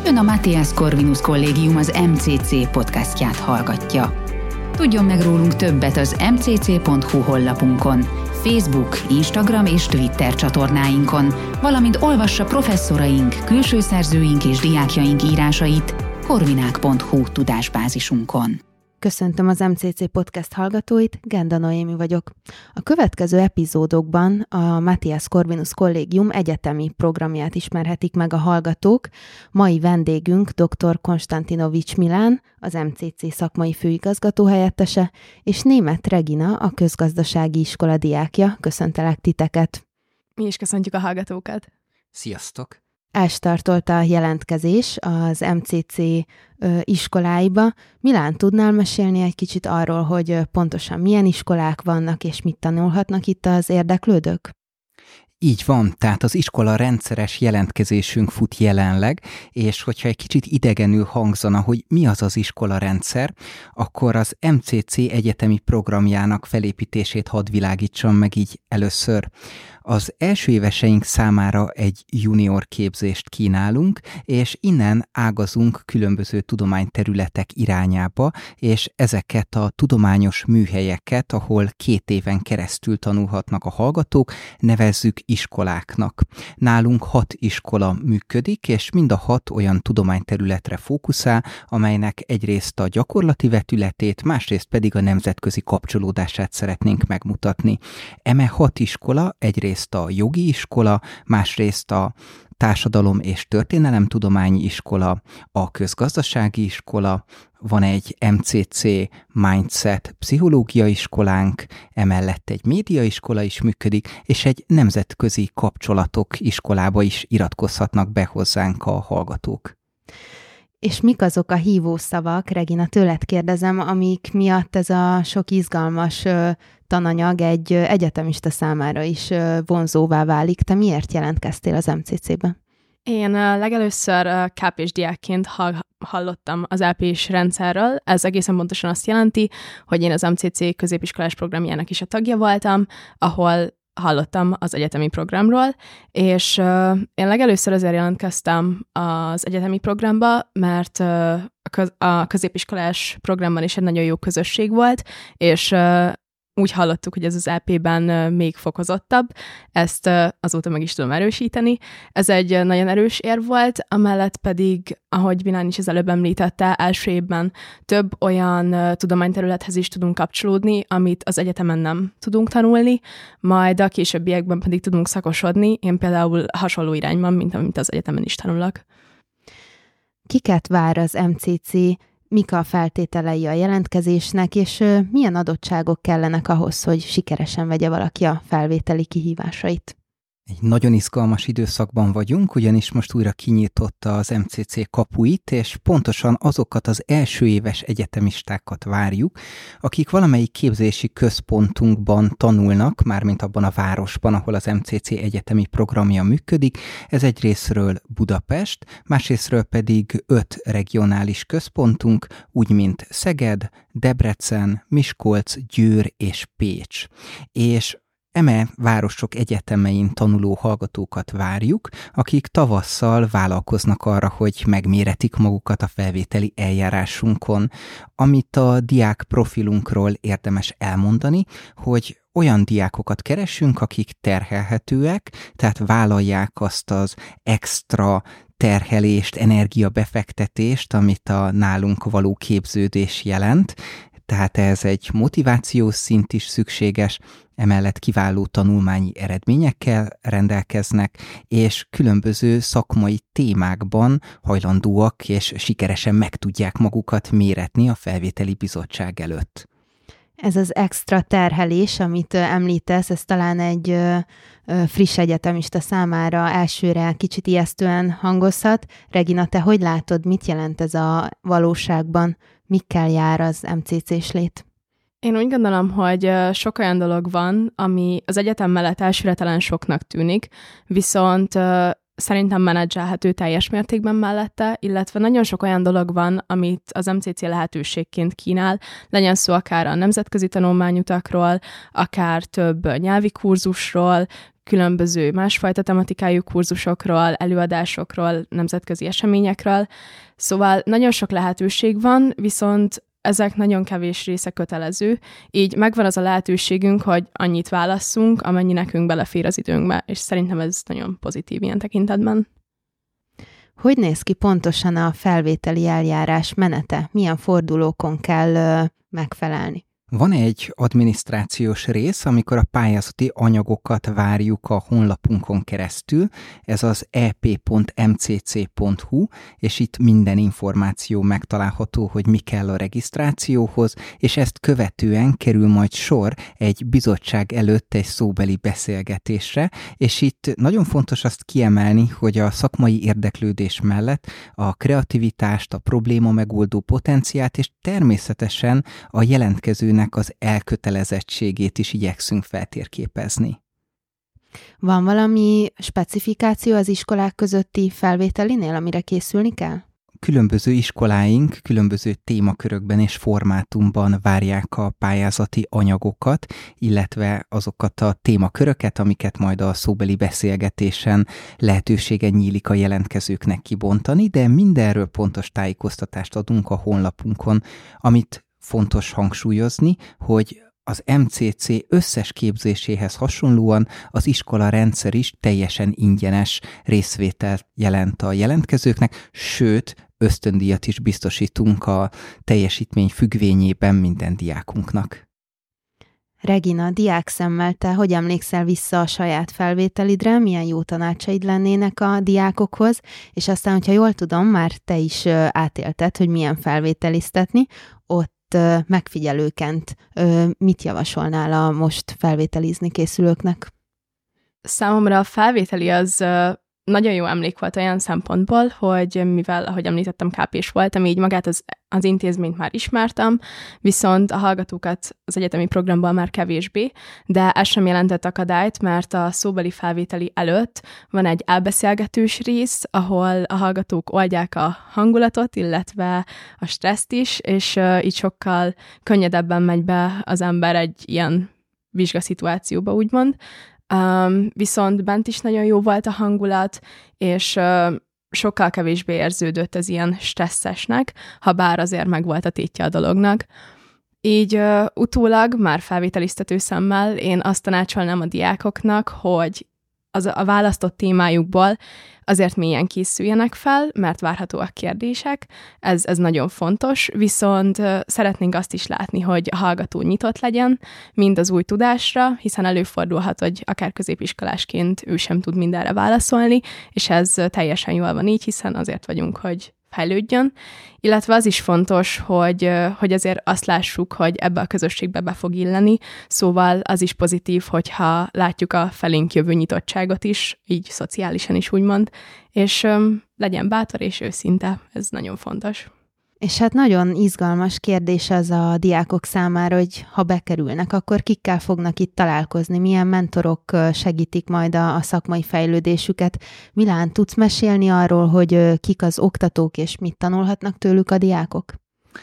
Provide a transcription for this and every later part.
Ön a Matthias Corvinus Kollégium az MCC podcastját hallgatja. Tudjon meg rólunk többet az mcc.hu honlapunkon, Facebook, Instagram és Twitter csatornáinkon, valamint olvassa professzoraink, külső szerzőink és diákjaink írásait corvinák.hu tudásbázisunkon. Köszöntöm az MCC podcast hallgatóit, Genda Noémi vagyok. A következő epizódokban a Matthias Corvinus Kollégium egyetemi programját ismerhetik meg a hallgatók. Mai vendégünk dr. Konstantinovics Milán, az MCC szakmai főigazgató helyettese, és Németh Regina, a közgazdasági iskola diákja. Köszöntelek titeket! Mi is köszöntjük a hallgatókat! Sziasztok! Elstartolt a jelentkezés az MCC iskoláiba. Milán, tudnál mesélni egy kicsit arról, hogy pontosan milyen iskolák vannak, és mit tanulhatnak itt az érdeklődők? Így van, tehát az iskola rendszeres jelentkezésünk fut jelenleg, és hogyha egy kicsit idegenül hangzana, hogy mi az az iskola rendszer, akkor az MCC egyetemi programjának felépítését hadd világítsam meg így először. Az első éveseink számára egy junior képzést kínálunk, és innen ágazunk különböző tudományterületek irányába, és ezeket a tudományos műhelyeket, ahol 2 éven keresztül tanulhatnak a hallgatók, nevezzük iskoláknak. Nálunk 6 iskola működik, és mind a 6 olyan tudományterületre fókuszál, amelynek egyrészt a gyakorlati vetületét, másrészt pedig a nemzetközi kapcsolódását szeretnénk megmutatni. Eme 6 iskola egyrészt a jogi iskola, másrészt a társadalom- és történelemtudományi iskola, a közgazdasági iskola, van egy MCC Mindset pszichológiai iskolánk, emellett egy médiaiskola is működik, és egy nemzetközi kapcsolatok iskolába is iratkozhatnak be hozzánk a hallgatók. És mik azok a hívószavak, Regina, tőled kérdezem, amik miatt ez a sok izgalmas tananyag egy egyetemista számára is vonzóvá válik? Te miért jelentkeztél az MCC-be? Én legelőször KP-s diákként hallottam az AP-s rendszerről. Ez egészen pontosan azt jelenti, hogy én az MCC középiskolás programjának is a tagja voltam, ahol hallottam az egyetemi programról, és én legelőször azért jelentkeztem az egyetemi programba, mert a középiskolás programban is egy nagyon jó közösség volt, és úgy hallottuk, hogy ez az AP-ben még fokozottabb, ezt azóta meg is tudom erősíteni. Ez egy nagyon erős érv volt, amellett pedig, ahogy Milán is az előbb említette, első évben több olyan tudományterülethez is tudunk kapcsolódni, amit az egyetemen nem tudunk tanulni, majd a későbbiekben pedig tudunk szakosodni, én például hasonló irányban, mint amit az egyetemen is tanulok. Kiket vár az MCC? Mik a feltételei a jelentkezésnek, és milyen adottságok kellenek ahhoz, hogy sikeresen vegye valaki a felvételi kihívásait? Egy nagyon izgalmas időszakban vagyunk, ugyanis most újra kinyitotta az MCC kapuit, és pontosan azokat az első éves egyetemistákat várjuk, akik valamelyik képzési központunkban tanulnak, mármint abban a városban, ahol az MCC egyetemi programja működik. Ez egyrészről Budapest, másrészről pedig 5 regionális központunk, úgy mint Szeged, Debrecen, Miskolc, Győr és Pécs. És eme városok egyetemein tanuló hallgatókat várjuk, akik tavasszal vállalkoznak arra, hogy megméretik magukat a felvételi eljárásunkon. Amit a diák profilunkról érdemes elmondani, hogy olyan diákokat keresünk, akik terhelhetőek, tehát vállalják azt az extra terhelést, energiabefektetést, amit a nálunk való képződés jelent. Tehát ez egy motivációs szint is szükséges, emellett kiváló tanulmányi eredményekkel rendelkeznek, és különböző szakmai témákban hajlandóak és sikeresen meg tudják magukat méretni a felvételi bizottság előtt. Ez az extra terhelés, amit említesz, ez talán egy friss egyetemista számára elsőre kicsit ijesztően hangozhat. Regina, te hogy látod, mit jelent ez a valóságban? Mikkel jár az MCC-s lét? Én úgy gondolom, hogy sok olyan dolog van, ami az egyetem mellett elsőre talán soknak tűnik, viszont szerintem menedzselhető teljes mértékben mellette, illetve nagyon sok olyan dolog van, amit az MCC lehetőségként kínál, legyen szó akár a nemzetközi tanulmányutakról, akár több nyelvi kurzusról, különböző másfajta tematikájú kurzusokról, előadásokról, nemzetközi eseményekről. Szóval nagyon sok lehetőség van, viszont ezek nagyon kevés része kötelező, így megvan az a lehetőségünk, hogy annyit válasszunk, amennyi nekünk belefér az időnkbe, és szerintem ez nagyon pozitív ilyen tekintetben. Hogy néz ki pontosan a felvételi eljárás menete? Milyen fordulókon kell megfelelni? Van egy adminisztrációs rész, amikor a pályázati anyagokat várjuk a honlapunkon keresztül, ez az ep.mcc.hu, és itt minden információ megtalálható, hogy mi kell a regisztrációhoz, és ezt követően kerül majd sor egy bizottság előtt egy szóbeli beszélgetésre, és itt nagyon fontos azt kiemelni, hogy a szakmai érdeklődés mellett a kreativitást, a probléma megoldó potenciált, és természetesen a jelentkezőnek az elkötelezettségét is igyekszünk feltérképezni. Van valami specifikáció az iskolák közötti felvételinél, amire készülni kell? Különböző iskoláink különböző témakörökben és formátumban várják a pályázati anyagokat, illetve azokat a témaköröket, amiket majd a szóbeli beszélgetésen lehetősége nyílik a jelentkezőknek kibontani, de mindenről pontos tájékoztatást adunk a honlapunkon, amit fontos hangsúlyozni, hogy az MCC összes képzéséhez hasonlóan az iskola rendszer is teljesen ingyenes részvételt jelent a jelentkezőknek, sőt, ösztöndíjat is biztosítunk a teljesítmény függvényében minden diákunknak. Regina, diákszemmel te hogy emlékszel vissza a saját felvételidre, milyen jó tanácsaid lennének a diákokhoz, és aztán, hogyha jól tudom, már te is átélted, hogy milyen felvételiztetni, ott megfigyelőként mit javasolnál a most felvételizni készülőknek? Számomra a felvételi az nagyon jó emlék volt olyan szempontból, hogy mivel, ahogy említettem, KP-s voltam, így magát az intézményt már ismertem, viszont a hallgatókat az egyetemi programban már kevésbé, de ez sem jelentett akadályt, mert a szóbeli felvételi előtt van egy elbeszélgetős rész, ahol a hallgatók oldják a hangulatot, illetve a stresszt is, és így sokkal könnyedebben megy be az ember egy ilyen vizsgaszituációba, úgymond. Viszont bent is nagyon jó volt a hangulat, és sokkal kevésbé érződött ez ilyen stresszesnek, ha bár azért meg volt a tétje a dolognak. Így utólag, már felvételiztető szemmel én azt tanácsolnám a diákoknak, hogy a választott témájukból azért mélyen készüljenek fel, mert várhatóak kérdések, ez nagyon fontos, viszont szeretnénk azt is látni, hogy a hallgató nyitott legyen, mind az új tudásra, hiszen előfordulhat, hogy akár középiskolásként ő sem tud mindenre válaszolni, és ez teljesen jól van így, hiszen azért vagyunk, hogy fejlődjön, illetve az is fontos, hogy azért azt lássuk, hogy ebbe a közösségbe be fog illeni, szóval az is pozitív, hogyha látjuk a felénk jövő nyitottságot is, így szociálisan is úgymond, és legyen bátor és őszinte, ez nagyon fontos. És hát nagyon izgalmas kérdés az a diákok számára, hogy ha bekerülnek, akkor kikkel fognak itt találkozni, milyen mentorok segítik majd a szakmai fejlődésüket. Milán, tudsz mesélni arról, hogy kik az oktatók, és mit tanulhatnak tőlük a diákok?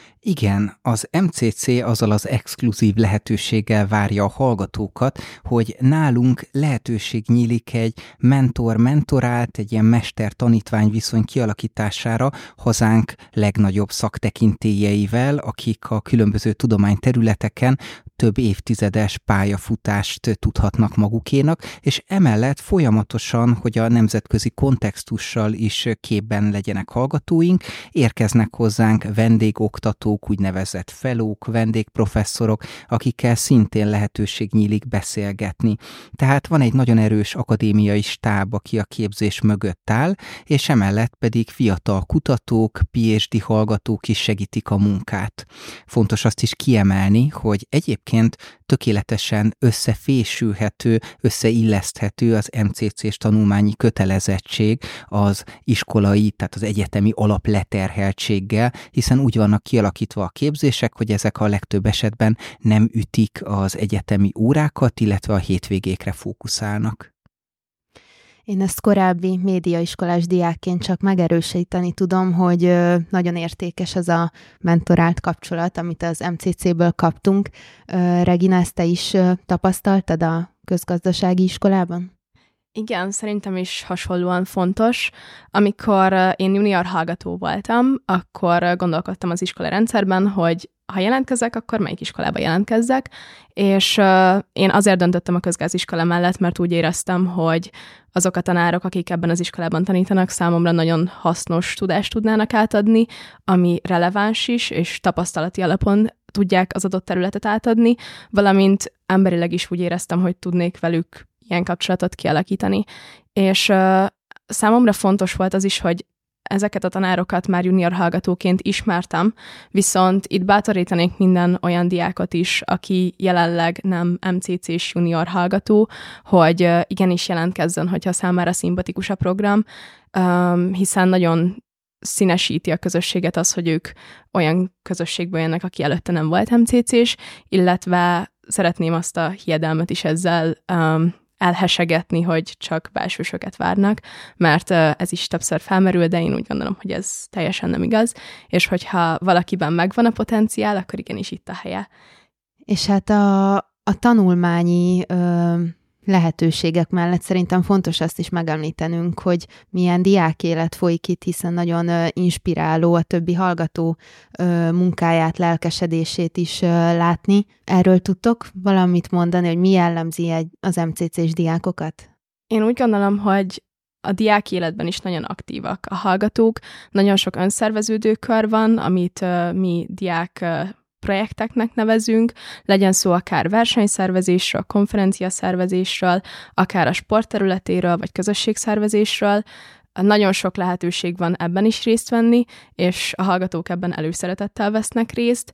Igen, az MCC azzal az exkluzív lehetőséggel várja a hallgatókat, hogy nálunk lehetőség nyílik egy mentor-mentorált, egy ilyen mester-tanítvány viszony kialakítására hazánk legnagyobb szaktekintélyeivel, akik a különböző tudományterületeken több évtizedes pályafutást tudhatnak magukénak, és emellett folyamatosan, hogy a nemzetközi kontextussal is képben legyenek hallgatóink, érkeznek hozzánk vendégoktatók, úgynevezett fellowk, vendégprofesszorok, akikkel szintén lehetőség nyílik beszélgetni. Tehát van egy nagyon erős akadémiai stáb, aki a képzés mögött áll, és emellett pedig fiatal kutatók, PhD hallgatók is segítik a munkát. Fontos azt is kiemelni, hogy egyébként tökéletesen összefésülhető, összeilleszthető az MCC-s tanulmányi kötelezettség az iskolai, tehát az egyetemi alapleterheltséggel, hiszen úgy vannak kialakítva a képzések, hogy ezek a legtöbb esetben nem ütik az egyetemi órákat, illetve a hétvégékre fókuszálnak. Én ezt korábbi médiaiskolás diákként csak megerősíteni tudom, hogy nagyon értékes az a mentorált kapcsolat, amit az MCC-ből kaptunk. Regina, ezt te is tapasztaltad a közgazdasági iskolában? Igen, szerintem is hasonlóan fontos. Amikor én junior hallgató voltam, akkor gondolkodtam az iskola rendszerben, hogy ha jelentkezek, akkor melyik iskolába jelentkezzek, és én azért döntöttem a közgáziskola mellett, mert úgy éreztem, hogy azok a tanárok, akik ebben az iskolában tanítanak, számomra nagyon hasznos tudást tudnának átadni, ami releváns is, és tapasztalati alapon tudják az adott területet átadni, valamint emberileg is úgy éreztem, hogy tudnék velük ilyen kapcsolatot kialakítani. És számomra fontos volt az is, hogy ezeket a tanárokat már junior hallgatóként ismertem, viszont itt bátorítanék minden olyan diákot is, aki jelenleg nem MCC-s junior hallgató, hogy igenis jelentkezzen, hogyha számára szimpatikus a program, hiszen nagyon színesíti a közösséget az, hogy ők olyan közösségből jönnek, aki előtte nem volt MCC-s, illetve szeretném azt a hiedelmet is ezzel elhesegetni, hogy csak belsősöket várnak, mert ez is többször felmerül, de én úgy gondolom, hogy ez teljesen nem igaz, és hogyha valakiben megvan a potenciál, akkor igenis itt a helye. És hát a tanulmányi lehetőségek mellett szerintem fontos azt is megemlítenünk, hogy milyen diákélet folyik itt, hiszen nagyon inspiráló a többi hallgató munkáját, lelkesedését is látni. Erről tudtok valamit mondani, hogy mi jellemzi az MCC-s diákokat? Én úgy gondolom, hogy a diák életben is nagyon aktívak a hallgatók. Nagyon sok önszerveződő kör van, amit mi diák projekteknek nevezünk, legyen szó akár versenyszervezésről, konferenciaszervezésről, akár a sportterületéről, vagy közösségszervezésről. Nagyon sok lehetőség van ebben is részt venni, és a hallgatók ebben előszeretettel vesznek részt.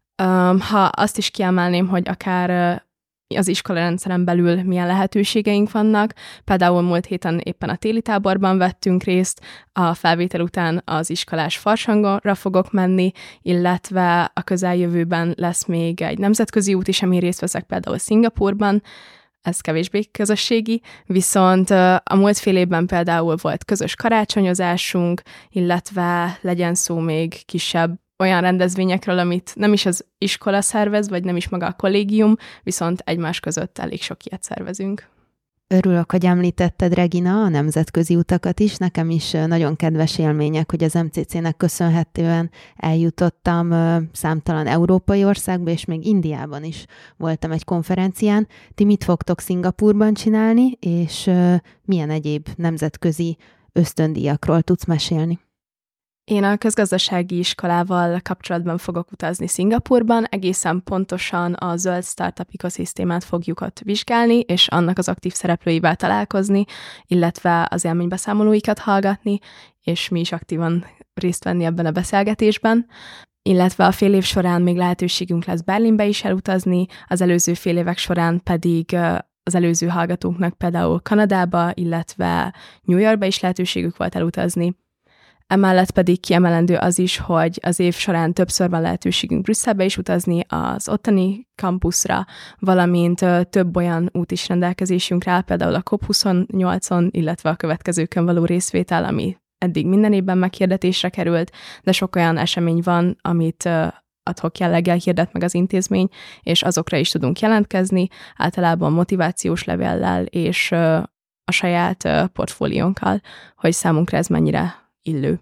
Ha azt is kiemelném, hogy akár az iskolarendszeren belül milyen lehetőségeink vannak. Például múlt héten éppen a téli táborban vettünk részt, a felvétel után az iskolás farsangra fogok menni, illetve a közeljövőben lesz még egy nemzetközi út is, amin részt veszek például Szingapúrban, ez kevésbé közösségi, viszont a múlt fél évben például volt közös karácsonyozásunk, illetve legyen szó még kisebb olyan rendezvényekről, amit nem is az iskola szervez, vagy nem is maga a kollégium, viszont egymás között elég sok ilyet szervezünk. Örülök, hogy említetted, Regina, a nemzetközi utakat is. Nekem is nagyon kedves élmények, hogy az MCC-nek köszönhetően eljutottam számtalan európai országba, és még Indiában is voltam egy konferencián. Ti mit fogtok Szingapúrban csinálni, és milyen egyéb nemzetközi ösztöndíjakról tudsz mesélni? Én a közgazdasági iskolával kapcsolatban fogok utazni Szingapúrban, egészen pontosan a zöld startup ökoszisztémát fogjuk ott vizsgálni, és annak az aktív szereplőivel találkozni, illetve az élménybeszámolóikat hallgatni, és mi is aktívan részt venni ebben a beszélgetésben. Illetve a fél év során még lehetőségünk lesz Berlinbe is elutazni, az előző fél évek során pedig az előző hallgatóknak például Kanadába, illetve New Yorkba is lehetőségük volt elutazni. Emellett pedig kiemelendő az is, hogy az év során többször van lehetőségünk Brüsszelbe is utazni, az ottani kampuszra, valamint több olyan út is rendelkezésünkre áll, például a COP28-on, illetve a következőkön való részvétel, ami eddig minden évben meghirdetésre került, de sok olyan esemény van, amit ad-hoc jelleggel hirdet meg az intézmény, és azokra is tudunk jelentkezni, általában motivációs levéllel és a saját portfóliónkkal, hogy számunkra ez mennyire illő.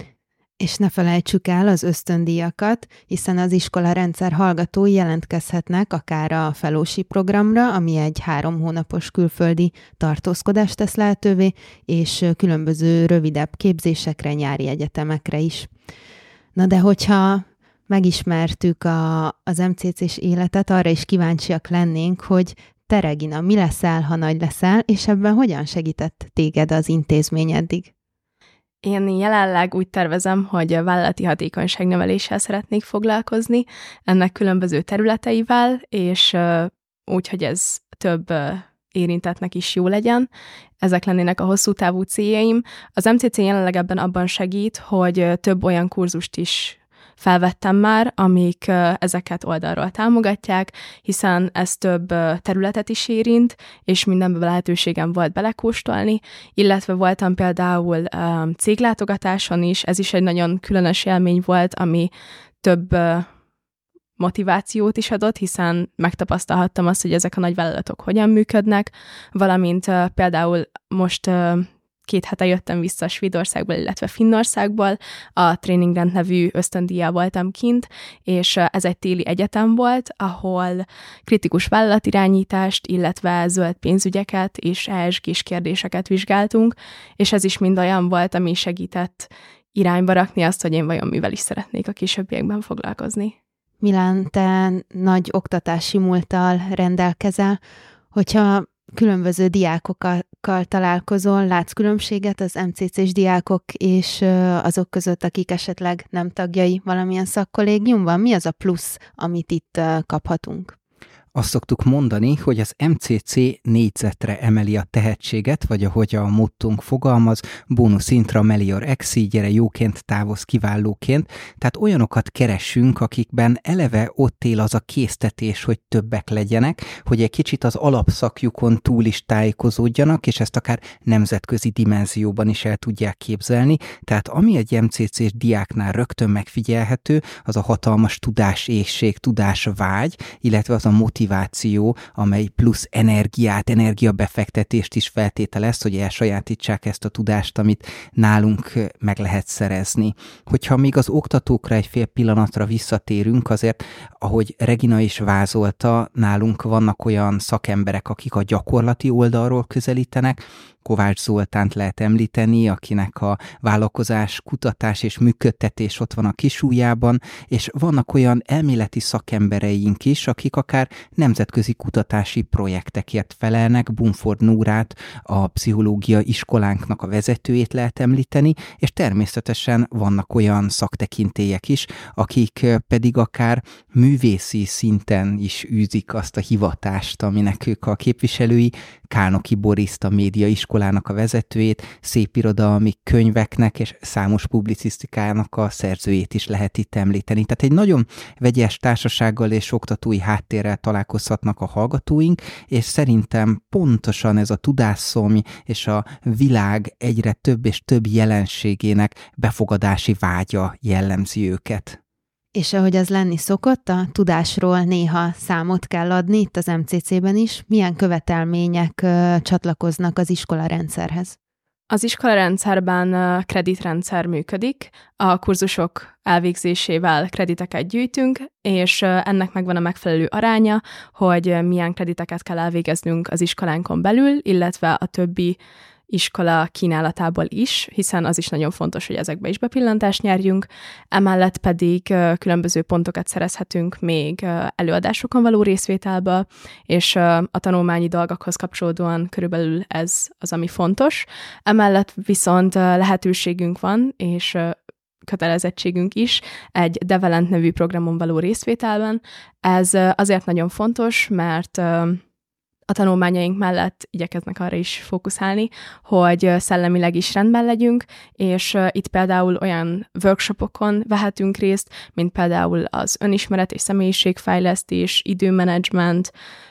És ne felejtsük el az ösztöndíjakat, hiszen az iskolarendszer hallgatói jelentkezhetnek akár a fellowship programra, ami egy 3 hónapos külföldi tartózkodást tesz lehetővé, és különböző rövidebb képzésekre, nyári egyetemekre is. Na de hogyha megismertük az MCC-s életet, arra is kíváncsiak lennénk, hogy te, Regina, mi leszel, ha nagy leszel, és ebben hogyan segített téged az intézmény eddig? Én jelenleg úgy tervezem, hogy vállalati hatékonyságnöveléssel szeretnék foglalkozni, ennek különböző területeivel, és úgy, hogy ez több érintettnek is jó legyen. Ezek lennének a hosszú távú céljaim. Az MCC jelenleg ebben abban segít, hogy több olyan kurzust is felvettem már, amik ezeket oldalról támogatják, hiszen ez több területet is érint, és mindenben lehetőségem volt belekóstolni, illetve voltam például céglátogatáson is, ez is egy nagyon különös élmény volt, ami több motivációt is adott, hiszen megtapasztalhattam azt, hogy ezek a nagyvállalatok hogyan működnek, valamint például most 2 hete jöttem vissza Svédországból, illetve Finnországból, a Training Grant nevű ösztöndíjjal voltam kint, és ez egy téli egyetem volt, ahol kritikus vállalatirányítást, illetve zöld pénzügyeket és ESG-s kérdéseket vizsgáltunk, és ez is mind olyan volt, ami segített irányba rakni azt, hogy én vajon mivel is szeretnék a későbbiekben foglalkozni. Milán, te nagy oktatási múlttal rendelkezel, hogyha különböző diákokkal találkozol, látsz különbséget az MCC-s diákok és azok között, akik esetleg nem tagjai valamilyen szakkollégiumban? Mi az a plusz, amit itt kaphatunk? Azt szoktuk mondani, hogy az MCC négyzetre emeli a tehetséget, vagy ahogy a mottónk fogalmaz, bonus intra melior exi, gyere jóként, távozz kiválóként. Tehát olyanokat keressünk, akikben eleve ott él az a késztetés, hogy többek legyenek, hogy egy kicsit az alapszakjukon túl is tájékozódjanak, és ezt akár nemzetközi dimenzióban is el tudják képzelni. Tehát ami egy MCC-s diáknál rögtön megfigyelhető, az a hatalmas tudáséhség, tudásvágy, illetve az a motiváció, amely plusz energiabefektetést is feltételez, hogy elsajátítsák ezt a tudást, amit nálunk meg lehet szerezni. Hogyha még az oktatókra egy fél pillanatra visszatérünk, azért, ahogy Regina is vázolta, nálunk vannak olyan szakemberek, akik a gyakorlati oldalról közelítenek. Kovács Zoltánt lehet említeni, akinek a vállalkozás, kutatás és működtetés ott van a kisujjában, és vannak olyan elméleti szakembereink is, akik akár nemzetközi kutatási projektekért felelnek. Bumford Nórát, a pszichológia iskolánknak a vezetőjét lehet említeni, és természetesen vannak olyan szaktekintélyek is, akik pedig akár művészi szinten is űzik azt a hivatást, aminek ők a képviselői. Kálnoki Boriszt, a média iskolának a vezetőjét, szépirodalmi könyveknek és számos publicisztikának a szerzőjét is lehet itt említeni. Tehát egy nagyon vegyes társasággal és oktatói háttérrel találkozhatnak a hallgatóink, és szerintem pontosan ez a tudásszomj és a világ egyre több és több jelenségének befogadási vágya jellemzi őket. És ahogy az lenni szokott, a tudásról néha számot kell adni, itt az MCC-ben is. Milyen követelmények csatlakoznak az iskolarendszerhez? Az iskolarendszerben kreditrendszer működik, a kurzusok elvégzésével krediteket gyűjtünk, és ennek megvan a megfelelő aránya, hogy milyen krediteket kell elvégeznünk az iskolánkon belül, illetve a többi iskola kínálatából is, hiszen az is nagyon fontos, hogy ezekbe is bepillantást nyerjünk. Emellett pedig különböző pontokat szerezhetünk még előadásokon való részvételből, és a tanulmányi dolgokhoz kapcsolódóan körülbelül ez az, ami fontos. Emellett viszont lehetőségünk van, és kötelezettségünk is egy Develent nevű programon való részvételben. Ez azért nagyon fontos, mert a tanulmányaink mellett igyekeznek arra is fókuszálni, hogy szellemileg is rendben legyünk, és itt például olyan workshopokon vehetünk részt, mint például az önismeret és személyiségfejlesztés, időmenedzsment,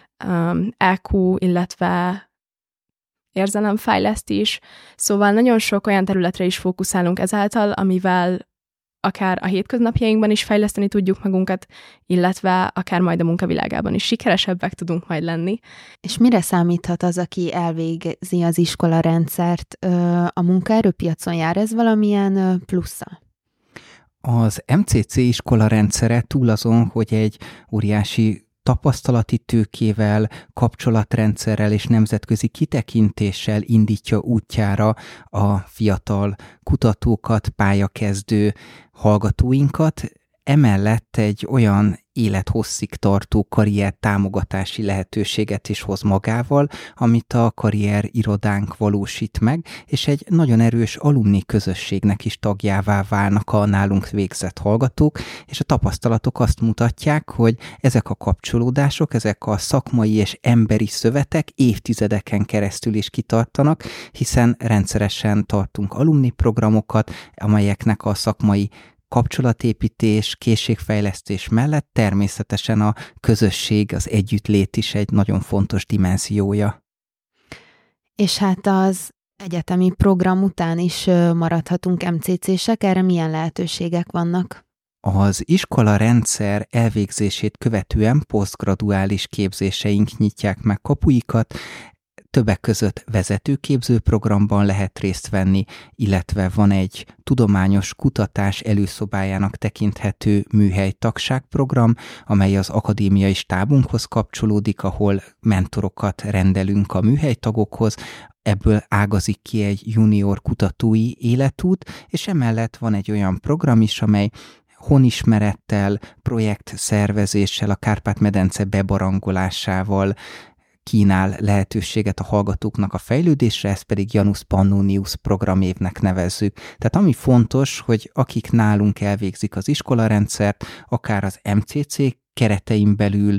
EQ, illetve érzelemfejlesztés. Szóval nagyon sok olyan területre is fókuszálunk ezáltal, amivel akár a hétköznapjainkban is fejleszteni tudjuk magunkat, illetve akár majd a munkavilágában is sikeresebbek tudunk majd lenni. És mire számíthat az, aki elvégzi az iskolarendszert? A munkaerőpiacon jár ez valamilyen plusza? Az MCC iskolarendszere túl azon, hogy egy óriási tapasztalati tőkével, kapcsolatrendszerrel és nemzetközi kitekintéssel indítja útjára a fiatal kutatókat, pályakezdő hallgatóinkat, emellett egy olyan élethosszig tartó karrier támogatási lehetőséget is hoz magával, amit a karrier irodánk valósít meg, és egy nagyon erős alumni közösségnek is tagjává válnak a nálunk végzett hallgatók, és a tapasztalatok azt mutatják, hogy ezek a kapcsolódások, ezek a szakmai és emberi szövetek évtizedeken keresztül is kitartanak, hiszen rendszeresen tartunk alumni programokat, amelyeknek a szakmai kapcsolatépítés, készségfejlesztés mellett természetesen a közösség, az együttlét is egy nagyon fontos dimenziója. És hát az egyetemi program után is maradhatunk MCC-sek, erre milyen lehetőségek vannak? Az iskola rendszer elvégzését követően posztgraduális képzéseink nyitják meg kapuikat, többek között vezetőképző programban lehet részt venni, illetve van egy tudományos kutatás előszobájának tekinthető műhelytagságprogram, amely az akadémiai stábunkhoz kapcsolódik, ahol mentorokat rendelünk a műhelytagokhoz. Ebből ágazik ki egy junior kutatói életút, és emellett van egy olyan program is, amely honismerettel, projektszervezéssel, a Kárpát-medence bebarangolásával kínál lehetőséget a hallgatóknak a fejlődésre, ezt pedig Janus Pannonius programévnek nevezzük. Tehát ami fontos, hogy akik nálunk elvégzik az iskolarendszert, akár az MCC keretein belül,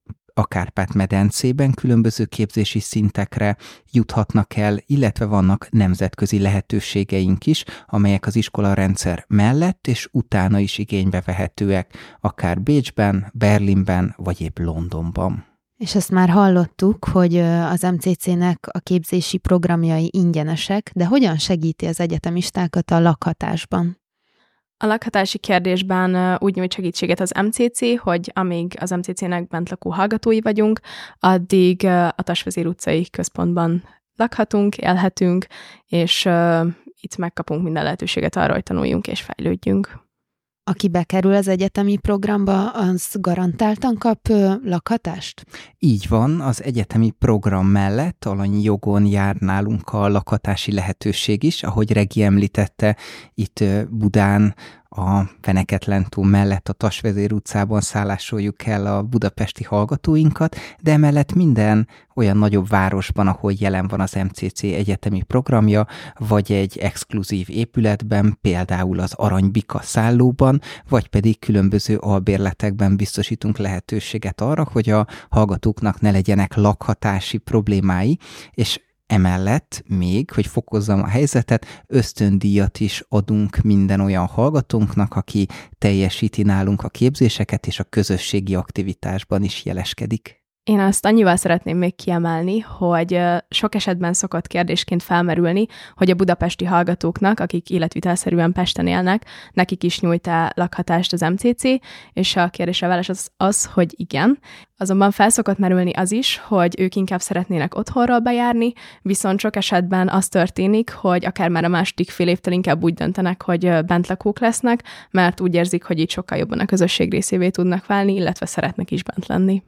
a Kárpát-medencében különböző képzési szintekre juthatnak el, illetve vannak nemzetközi lehetőségeink is, amelyek az iskolarendszer mellett és utána is igénybe vehetőek, akár Bécsben, Berlinben vagy épp Londonban. És ezt már hallottuk, hogy az MCC-nek a képzési programjai ingyenesek, de hogyan segíti az egyetemistákat a lakhatásban? A lakhatási kérdésben úgy nyújt segítséget az MCC, hogy amíg az MCC-nek bent lakó hallgatói vagyunk, addig a Tasvezér utcai központban lakhatunk, élhetünk, és itt megkapunk minden lehetőséget arra, hogy tanuljunk és fejlődjünk. Aki bekerül az egyetemi programba, az garantáltan kap lakhatást? Így van, az egyetemi program mellett alanyi jogon jár nálunk a lakhatási lehetőség is, ahogy Regi említette, itt Budán a Feneketlen-tó mellett a Tasvezér utcában szállásoljuk el a budapesti hallgatóinkat, de emellett minden olyan nagyobb városban, ahol jelen van az MCC egyetemi programja, vagy egy exkluzív épületben, például az Aranybika szállóban, vagy pedig különböző albérletekben biztosítunk lehetőséget arra, hogy a hallgatóknak ne legyenek lakhatási problémái, és emellett még, hogy fokozzam a helyzetet, ösztöndíjat is adunk minden olyan hallgatónknak, aki teljesíti nálunk a képzéseket, és a közösségi aktivitásban is jeleskedik. Én azt annyival szeretném még kiemelni, hogy sok esetben szokott kérdésként felmerülni, hogy a budapesti hallgatóknak, akik életvitelszerűen Pesten élnek, nekik is nyújt-e lakhatást az MCC, és a kérdésre válasz az, hogy igen. Azonban felszokott merülni az is, hogy ők inkább szeretnének otthonról bejárni, viszont sok esetben az történik, hogy akár már a második fél évtől inkább úgy döntenek, hogy bentlakók lesznek, mert úgy érzik, hogy így sokkal jobban a közösség részévé tudnak válni, illetve szeretnek is bent lenni.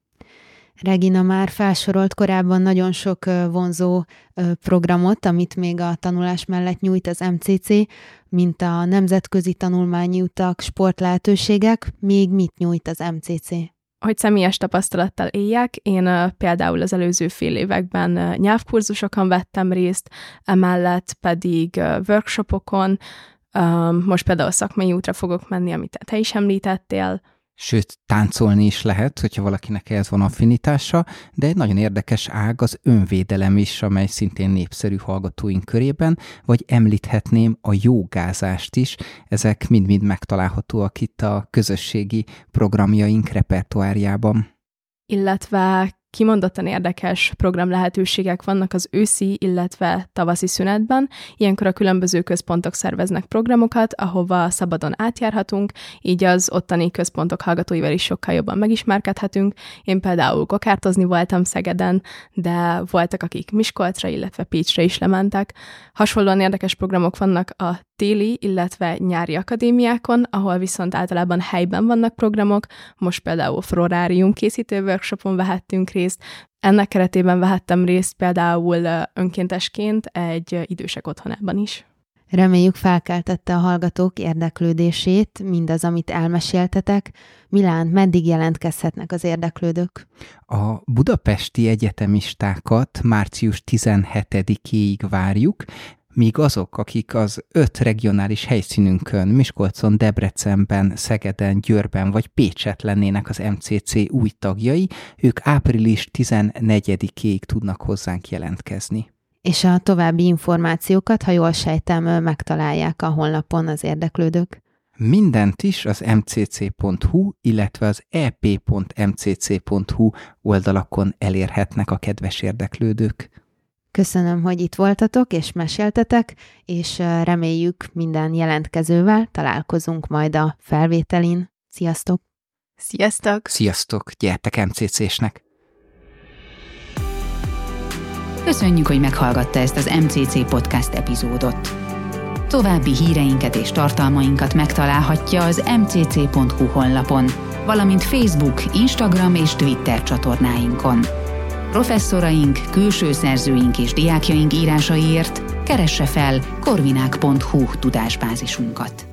Regina már felsorolt korábban nagyon sok vonzó programot, amit még a tanulás mellett nyújt az MCC, mint a nemzetközi tanulmányi utak, sportlehetőségek, még mit nyújt az MCC? Hogy személyes tapasztalattal éljek, én például az előző fél években nyelvkurzusokon vettem részt, emellett pedig workshopokon, most például szakmai útra fogok menni, amit te is említettél. Sőt, táncolni is lehet, hogyha valakinek ehhez van affinitása, de egy nagyon érdekes ág az önvédelem is, amely szintén népszerű hallgatóink körében, vagy említhetném a jógázást is, ezek mind-mind megtalálhatóak itt a közösségi programjaink repertoárjában. Illetve kimondottan érdekes programlehetőségek vannak az őszi, illetve tavaszi szünetben. Ilyenkor a különböző központok szerveznek programokat, ahova szabadon átjárhatunk, így az ottani központok hallgatóival is sokkal jobban megismerkedhetünk. Én például gokártozni voltam Szegeden, de voltak, akik Miskolcra, illetve Pécsre is lementek. Hasonlóan érdekes programok vannak a téli, illetve nyári akadémiákon, ahol viszont általában helyben vannak programok. Most például florárium készítő workshopon vehettünk részt. Ennek keretében vehettem részt például önkéntesként egy idősek otthonában is. Reméljük felkeltette a hallgatók érdeklődését, mindaz, amit elmeséltetek. Milán, meddig jelentkezhetnek az érdeklődők? A budapesti egyetemistákat március 17-éig várjuk, míg azok, akik az 5 regionális helyszínünkön, Miskolcon, Debrecenben, Szegeden, Győrben vagy Pécset lennének az MCC új tagjai, ők április 14-éig tudnak hozzánk jelentkezni. És a további információkat, ha jól sejtem, megtalálják a honlapon az érdeklődők? Mindent is az mcc.hu, illetve az ep.mcc.hu oldalakon elérhetnek a kedves érdeklődők. Köszönöm, hogy itt voltatok és meséltetek, és reméljük minden jelentkezővel találkozunk majd a felvételin. Sziasztok! Sziasztok! Sziasztok! Gyertek MCC-snek! Köszönjük, hogy meghallgatta ezt az MCC Podcast epizódot. További híreinket és tartalmainkat megtalálhatja az mcc.hu honlapon, valamint Facebook, Instagram és Twitter csatornáinkon. Professzoraink, külső szerzőink és diákjaink írásaiért keresse fel corvinák.hu tudásbázisunkat.